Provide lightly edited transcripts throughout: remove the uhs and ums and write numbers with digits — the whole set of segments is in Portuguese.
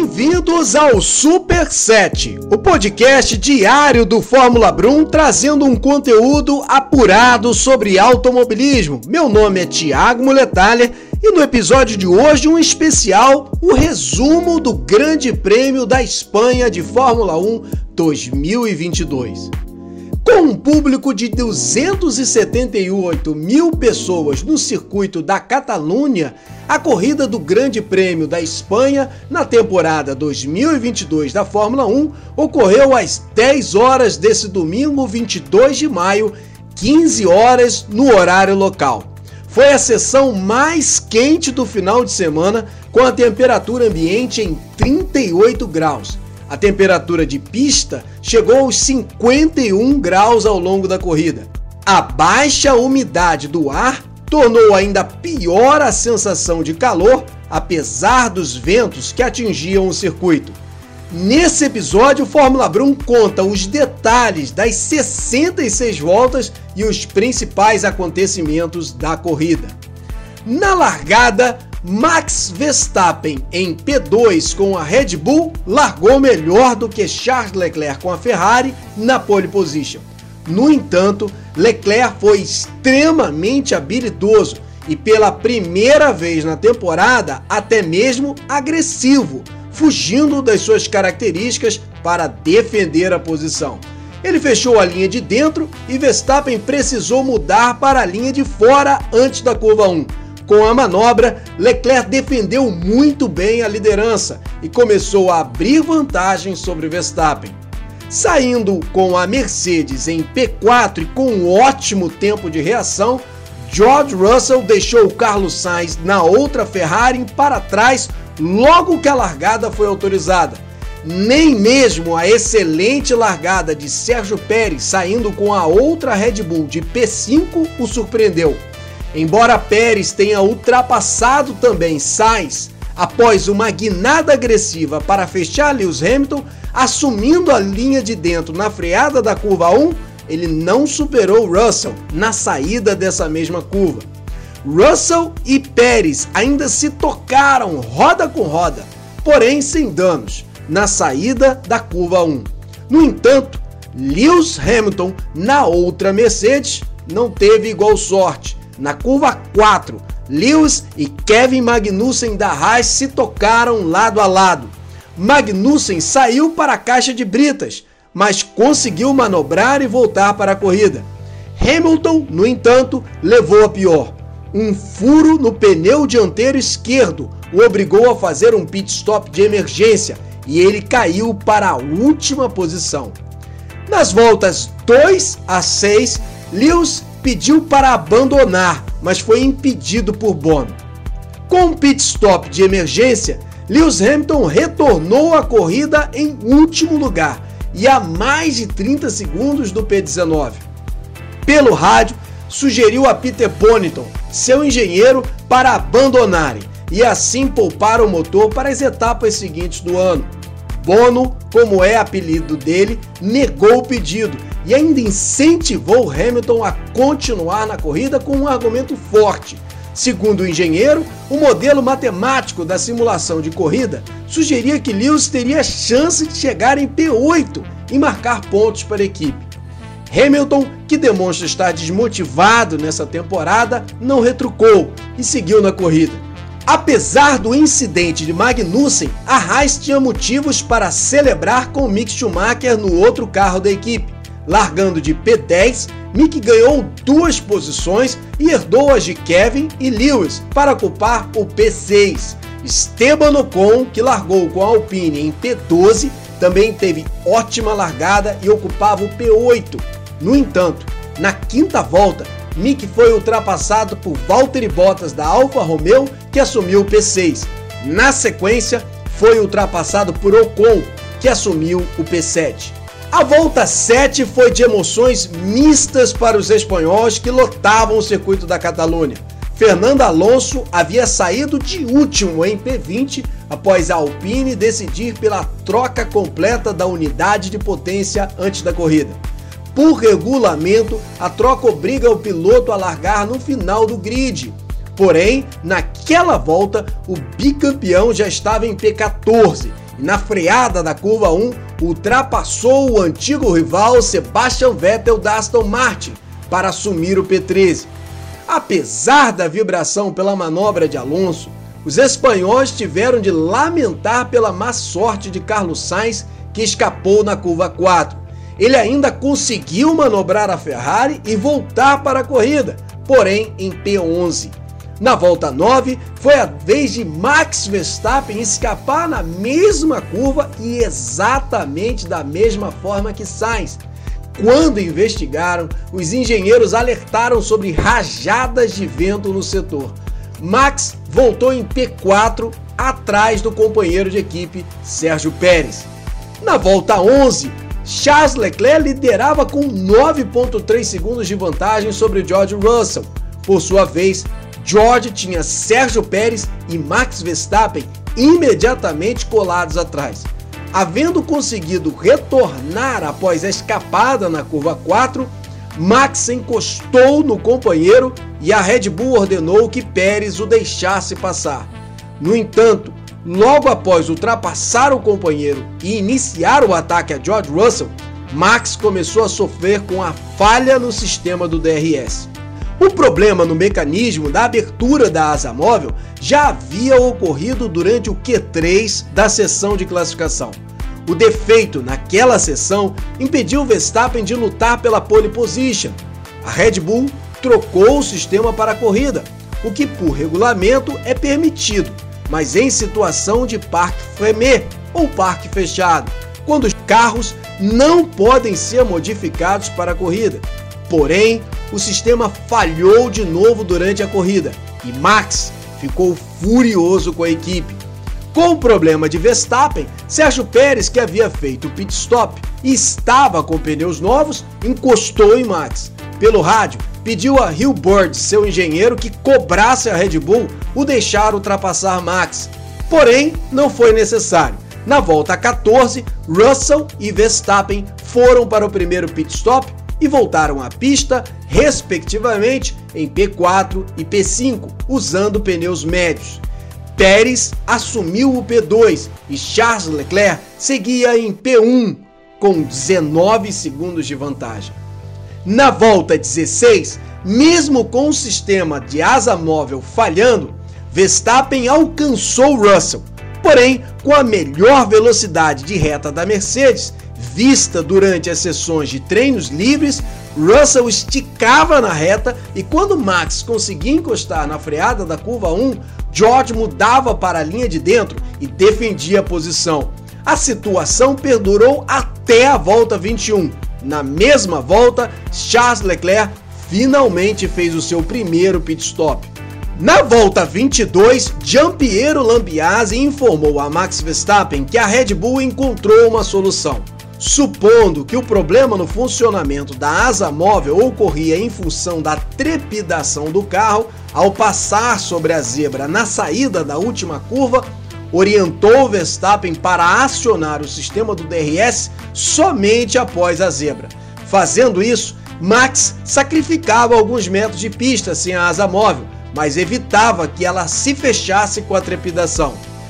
Bem-vindos ao Super 7, o podcast diário do Fórmula Brum, trazendo um conteúdo apurado sobre automobilismo. Meu nome é Thiago Muletalha e no episódio de hoje um especial, o resumo do Grande Prêmio da Espanha de Fórmula 1 2022. Com um público de 278 mil pessoas no circuito da Catalunha, a corrida do Grande Prêmio da Espanha na temporada 2022 da Fórmula 1 ocorreu às 10 horas desse domingo, 22 de maio, 15 horas no horário local. Foi a sessão mais quente do final de semana, com a temperatura ambiente em 38 graus. A temperatura de pista chegou aos 51 graus ao longo da corrida. A baixa umidade do ar tornou ainda pior a sensação de calor, apesar dos ventos que atingiam o circuito. Nesse episódio, o Fórmula Brum conta os detalhes das 66 voltas e os principais acontecimentos da corrida. Na largada, Max Verstappen em P2 com a Red Bull largou melhor do que Charles Leclerc com a Ferrari na pole position. No entanto, Leclerc foi extremamente habilidoso e pela primeira vez na temporada até mesmo agressivo, fugindo das suas características para defender a posição. Ele fechou a linha de dentro e Verstappen precisou mudar para a linha de fora antes da curva 1. Com a manobra, Leclerc defendeu muito bem a liderança e começou a abrir vantagem sobre Verstappen. Saindo com a Mercedes em P4 e com um ótimo tempo de reação, George Russell deixou o Carlos Sainz na outra Ferrari para trás logo que a largada foi autorizada. Nem mesmo a excelente largada de Sérgio Pérez saindo com a outra Red Bull de P5 o surpreendeu. Embora Pérez tenha ultrapassado também Sainz após uma guinada agressiva para fechar Lewis Hamilton, assumindo a linha de dentro na freada da curva 1, ele não superou Russell na saída dessa mesma curva. Russell e Pérez ainda se tocaram roda com roda, porém sem danos, na saída da curva 1. No entanto, Lewis Hamilton na outra Mercedes não teve igual sorte. Na curva 4, Lewis e Kevin Magnussen da Haas se tocaram lado a lado. Magnussen saiu para a caixa de britas, mas conseguiu manobrar e voltar para a corrida. Hamilton, no entanto, levou a pior. Um furo no pneu dianteiro esquerdo o obrigou a fazer um pit stop de emergência e ele caiu para a última posição. Nas voltas 2 a 6, Lewis pediu para abandonar, mas foi impedido por Bono. Com um pit stop de emergência, Lewis Hamilton retornou à corrida em último lugar e a mais de 30 segundos do P19. Pelo rádio, sugeriu a Peter Bonington, seu engenheiro, para abandonarem e assim poupar o motor para as etapas seguintes do ano. Bono, como é apelido dele, negou o pedido e ainda incentivou Hamilton a continuar na corrida com um argumento forte. Segundo o engenheiro, o modelo matemático da simulação de corrida sugeria que Lewis teria chance de chegar em P8 e marcar pontos para a equipe. Hamilton, que demonstra estar desmotivado nessa temporada, não retrucou e seguiu na corrida. Apesar do incidente de Magnussen, a Haas tinha motivos para celebrar com Mick Schumacher no outro carro da equipe. Largando de P10, Mick ganhou 2 posições e herdou as de Kevin e Lewis para ocupar o P6. Esteban Ocon, que largou com a Alpine em P12, também teve ótima largada e ocupava o P8. No entanto, na quinta volta, Mick foi ultrapassado por Valtteri Bottas da Alfa Romeo, que assumiu o P6. Na sequência, foi ultrapassado por Ocon, que assumiu o P7. A volta 7 foi de emoções mistas para os espanhóis que lotavam o circuito da Catalunha. Fernando Alonso havia saído de último em P20 após a Alpine decidir pela troca completa da unidade de potência antes da corrida. Por regulamento, a troca obriga o piloto a largar no final do grid. Porém, naquela volta, o bicampeão já estava em P14 e na freada da curva 1 ultrapassou o antigo rival Sebastian Vettel da Aston Martin para assumir o P13. Apesar da vibração pela manobra de Alonso, os espanhóis tiveram de lamentar pela má sorte de Carlos Sainz, que escapou na curva 4. Ele ainda conseguiu manobrar a Ferrari e voltar para a corrida, porém em P11. Na volta 9, foi a vez de Max Verstappen escapar na mesma curva e exatamente da mesma forma que Sainz. Quando investigaram, os engenheiros alertaram sobre rajadas de vento no setor. Max voltou em P4 atrás do companheiro de equipe Sérgio Pérez. Na volta 11, Charles Leclerc liderava com 9,3 segundos de vantagem sobre o George Russell. Por sua vez, George tinha Sérgio Pérez e Max Verstappen imediatamente colados atrás. Havendo conseguido retornar após a escapada na curva 4, Max encostou no companheiro e a Red Bull ordenou que Pérez o deixasse passar. No entanto, logo após ultrapassar o companheiro e iniciar o ataque a George Russell, Max começou a sofrer com a falha no sistema do DRS. O problema no mecanismo da abertura da asa móvel já havia ocorrido durante o Q3 da sessão de classificação. O defeito naquela sessão impediu Verstappen de lutar pela pole position. A Red Bull trocou o sistema para a corrida, o que por regulamento é permitido, mas em situação de parque fermé ou parque fechado, quando os carros não podem ser modificados para a corrida. Porém, o sistema falhou de novo durante a corrida e Max ficou furioso com a equipe. Com o problema de Verstappen, Sérgio Pérez, que havia feito o pit stop e estava com pneus novos, encostou em Max. Pelo rádio, pediu a Hilbert, seu engenheiro, que cobrasse a Red Bull o deixar ultrapassar Max. Porém, não foi necessário. Na volta 14, Russell e Verstappen foram para o primeiro pit stop e voltaram à pista, respectivamente, em P4 e P5, usando pneus médios. Pérez assumiu o P2 e Charles Leclerc seguia em P1, com 19 segundos de vantagem. Na volta 16, mesmo com o sistema de asa móvel falhando, Verstappen alcançou Russell. Porém, com a melhor velocidade de reta da Mercedes, vista durante as sessões de treinos livres, Russell esticava na reta e quando Max conseguia encostar na freada da curva 1, George mudava para a linha de dentro e defendia a posição. A situação perdurou até a volta 21. Na mesma volta, Charles Leclerc finalmente fez o seu primeiro pit stop. Na volta 22, Gianpiero Lambiase informou a Max Verstappen que a Red Bull encontrou uma solução. Supondo que o problema no funcionamento da asa móvel ocorria em função da trepidação do carro ao passar sobre a zebra na saída da última curva, orientou Verstappen para acionar o sistema do DRS somente após a zebra. Fazendo isso, Max sacrificava alguns metros de pista sem a asa móvel, mas evitava que ela se fechasse com a trepidação.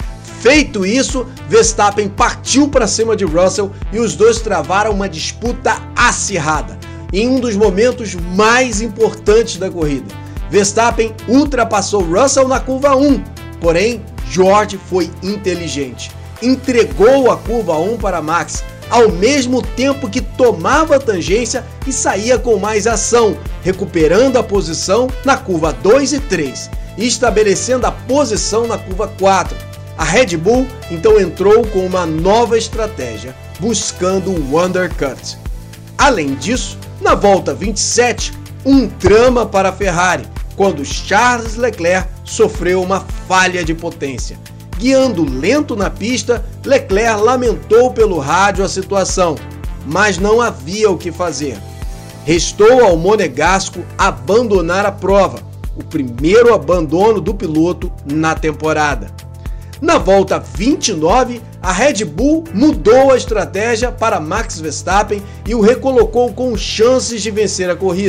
Feito isso, Verstappen partiu para cima de Russell e os dois travaram uma disputa acirrada, em um dos momentos mais importantes da corrida. Verstappen ultrapassou Russell na curva 1, porém George foi inteligente. Entregou a curva 1 para Max, ao mesmo tempo que tomava a tangência e saía com mais ação, recuperando a posição na curva 2 e 3 e estabelecendo a posição na curva 4. A Red Bull então entrou com uma nova estratégia, buscando o undercut. Além disso, na volta 27, um drama para a Ferrari, quando Charles Leclerc sofreu uma falha de potência. Guiando lento na pista, Leclerc lamentou pelo rádio a situação, mas não havia o que fazer. Restou ao monegasco abandonar a prova, o primeiro abandono do piloto na temporada. Na volta 29, a Red Bull mudou a estratégia para Max Verstappen e o recolocou com chances de vencer a corrida.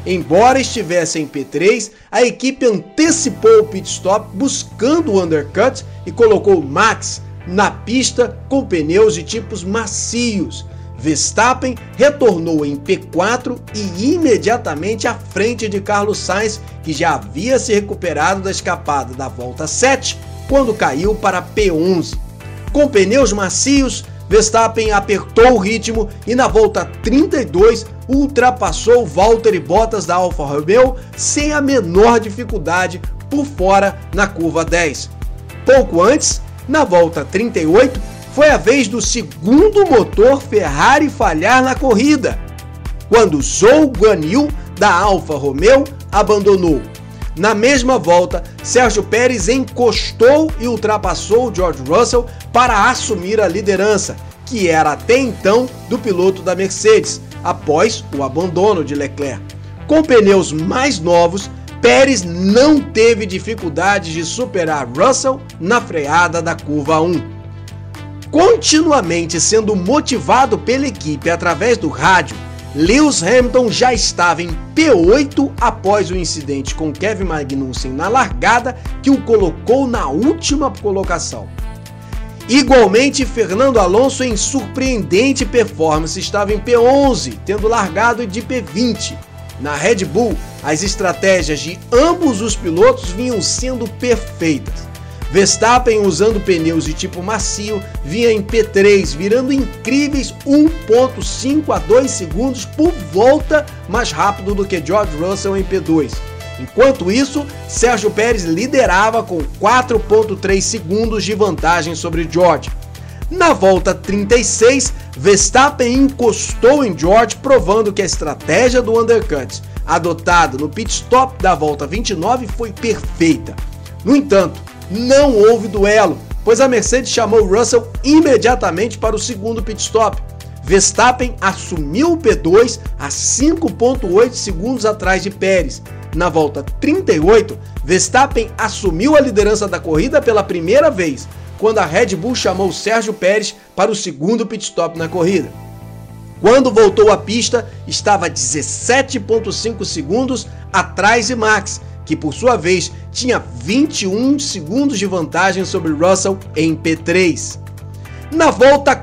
Embora estivesse em P3, a equipe antecipou o pit stop buscando o undercut e colocou Max na pista com pneus de tipos macios. Verstappen retornou em P4 e imediatamente à frente de Carlos Sainz, que já havia se recuperado da escapada da volta 7, quando caiu para P11. Com pneus macios, Verstappen apertou o ritmo e na volta 32 ultrapassou Valtteri Bottas da Alfa Romeo sem a menor dificuldade por fora na curva 10. Pouco antes, na volta 38, foi a vez do segundo motor Ferrari falhar na corrida, quando Zhou Guanyu da Alfa Romeo abandonou. Na mesma volta, Sérgio Pérez encostou e ultrapassou George Russell para assumir a liderança, que era até então do piloto da Mercedes, após o abandono de Leclerc. Com pneus mais novos, Pérez não teve dificuldades de superar Russell na freada da curva 1. Continuamente sendo motivado pela equipe através do rádio, Lewis Hamilton já estava em P8 após o incidente com Kevin Magnussen na largada, que o colocou na última colocação. Igualmente, Fernando Alonso, em surpreendente performance, estava em P11, tendo largado de P20. Na Red Bull, as estratégias de ambos os pilotos vinham sendo perfeitas. Verstappen, usando pneus de tipo macio, vinha em P3, virando incríveis 1,5 a 2 segundos por volta mais rápido do que George Russell em P2. Enquanto isso, Sérgio Pérez liderava com 4,3 segundos de vantagem sobre George. Na volta 36, Verstappen encostou em George, provando que a estratégia do undercut adotada no pit stop da volta 29 foi perfeita. No entanto, não houve duelo, pois a Mercedes chamou Russell imediatamente para o segundo pit stop. Verstappen assumiu o P2 a 5,8 segundos atrás de Pérez. Na volta 38, Verstappen assumiu a liderança da corrida pela primeira vez, quando a Red Bull chamou Sérgio Pérez para o segundo pit stop na corrida. Quando voltou à pista, estava 17,5 segundos atrás de Max, que por sua vez tinha 21 segundos de vantagem sobre Russell em P3. Na volta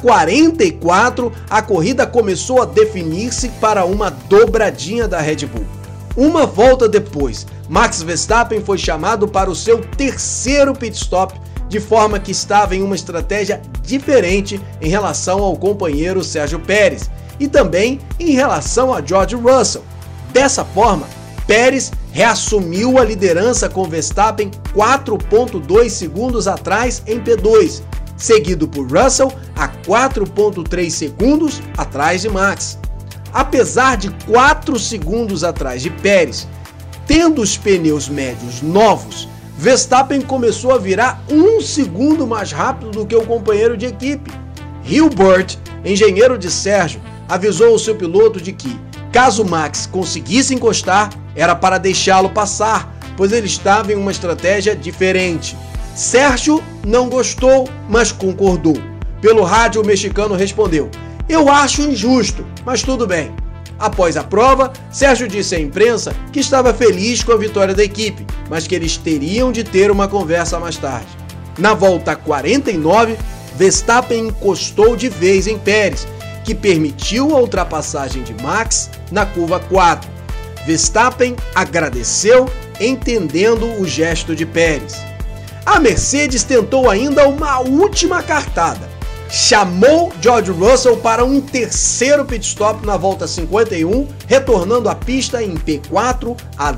44, a corrida começou a definir-se para uma dobradinha da Red Bull. Uma volta depois, Max Verstappen foi chamado para o seu terceiro pit stop, de forma que estava em uma estratégia diferente em relação ao companheiro Sérgio Pérez e também em relação a George Russell. Dessa forma, Pérez reassumiu a liderança com Verstappen 4,2 segundos atrás em P2, seguido por Russell a 4,3 segundos atrás de Max. Apesar de 4 segundos atrás de Pérez, tendo os pneus médios novos, Verstappen começou a virar 1 segundo mais rápido do que o companheiro de equipe. Hilbert, engenheiro de Sérgio, avisou o seu piloto de que, caso Max conseguisse encostar, era para deixá-lo passar, pois ele estava em uma estratégia diferente. Sérgio não gostou, mas concordou. Pelo rádio, o mexicano respondeu: "Eu acho injusto, mas tudo bem." Após a prova, Sérgio disse à imprensa que estava feliz com a vitória da equipe, mas que eles teriam de ter uma conversa mais tarde. Na volta 49, Verstappen encostou de vez em Pérez, que permitiu a ultrapassagem de Max na curva 4. Verstappen agradeceu, entendendo o gesto de Pérez. A Mercedes tentou ainda uma última cartada. Chamou George Russell para um terceiro pit stop na volta 51, retornando à pista em P4 a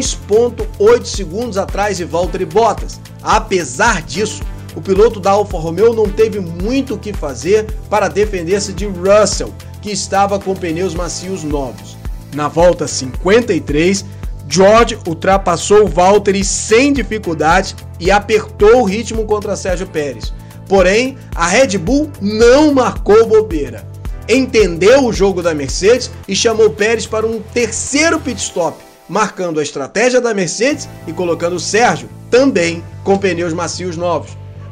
2,8 segundos atrás de Valtteri Bottas. Apesar disso, o piloto da Alfa Romeo não teve muito o que fazer para defender-se de Russell, que estava com pneus macios novos. Na volta 53, George ultrapassou Valtteri sem dificuldade e apertou o ritmo contra Sérgio Pérez. Porém, a Red Bull não marcou bobeira. Entendeu o jogo da Mercedes e chamou Pérez para um terceiro pit stop, marcando a estratégia da Mercedes e colocando Sérgio também com pneus macios novos.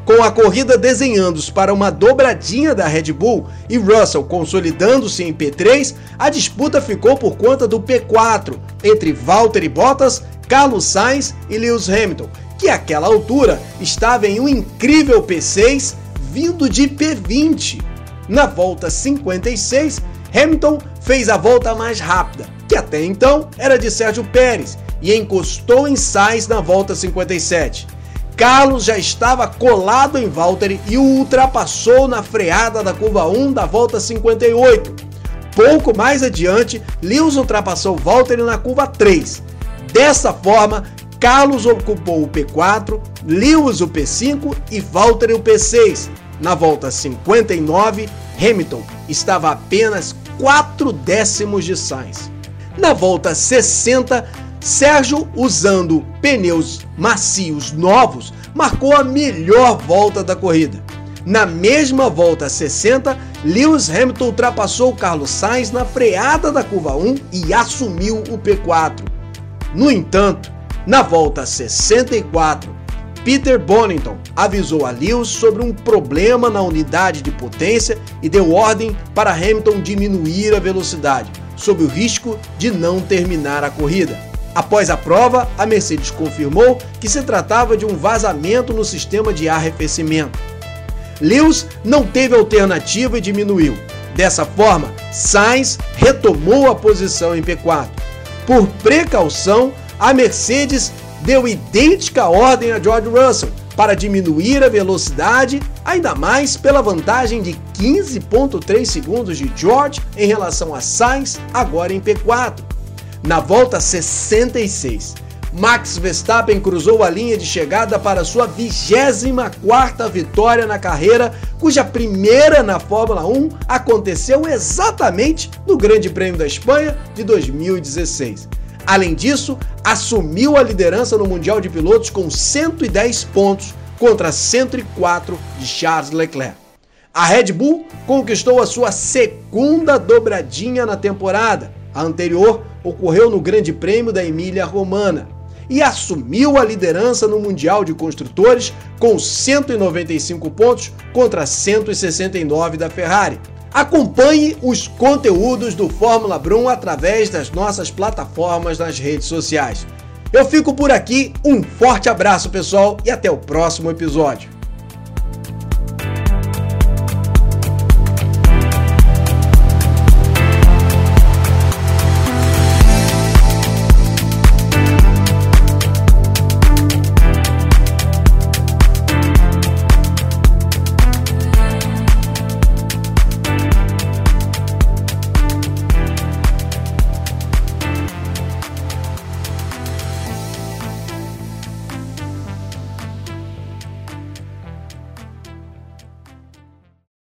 Com a corrida desenhando-se para uma dobradinha da Red Bull e Russell consolidando-se em P3, a disputa ficou por conta do P4 entre Valtteri Bottas, Carlos Sainz e Lewis Hamilton, que àquela altura estava em um incrível P6 vindo de P20. Na volta 56, Hamilton fez a volta mais rápida, que até então era de Sérgio Pérez, e encostou em Sainz na volta 57. Carlos já estava colado em Valtteri e o ultrapassou na freada da curva 1 da volta 58. Pouco mais adiante, Lewis ultrapassou Valtteri na curva 3. Dessa forma, Carlos ocupou o P4, Lewis o P5 e Valtteri o P6. Na volta 59, Hamilton estava a apenas 4 décimos de Sainz. Na volta 60, Sérgio, usando pneus macios novos, marcou a melhor volta da corrida. Na mesma volta 60, Lewis Hamilton ultrapassou Carlos Sainz na freada da curva 1 e assumiu o P4. No entanto, na volta 64, Peter Bonington avisou a Lewis sobre um problema na unidade de potência e deu ordem para Hamilton diminuir a velocidade, sob o risco de não terminar a corrida. Após a prova, a Mercedes confirmou que se tratava de um vazamento no sistema de arrefecimento. Lewis não teve alternativa e diminuiu. Dessa forma, Sainz retomou a posição em P4. Por precaução, a Mercedes deu idêntica ordem a George Russell para diminuir a velocidade, ainda mais pela vantagem de 15,3 segundos de George em relação a Sainz, agora em P4. Na volta 66, Max Verstappen cruzou a linha de chegada para sua 24ª vitória na carreira, cuja primeira na Fórmula 1 aconteceu exatamente no Grande Prêmio da Espanha de 2016. Além disso, assumiu a liderança no Mundial de Pilotos com 110 pontos contra 104 de Charles Leclerc. A Red Bull conquistou a sua segunda dobradinha na temporada. A anterior ocorreu no Grande Prêmio da Emília-Romagna e assumiu a liderança no Mundial de Construtores com 195 pontos contra 169 da Ferrari. Acompanhe os conteúdos do Fórmula Brum através das nossas plataformas nas redes sociais. Eu fico por aqui, um forte abraço pessoal e até o próximo episódio.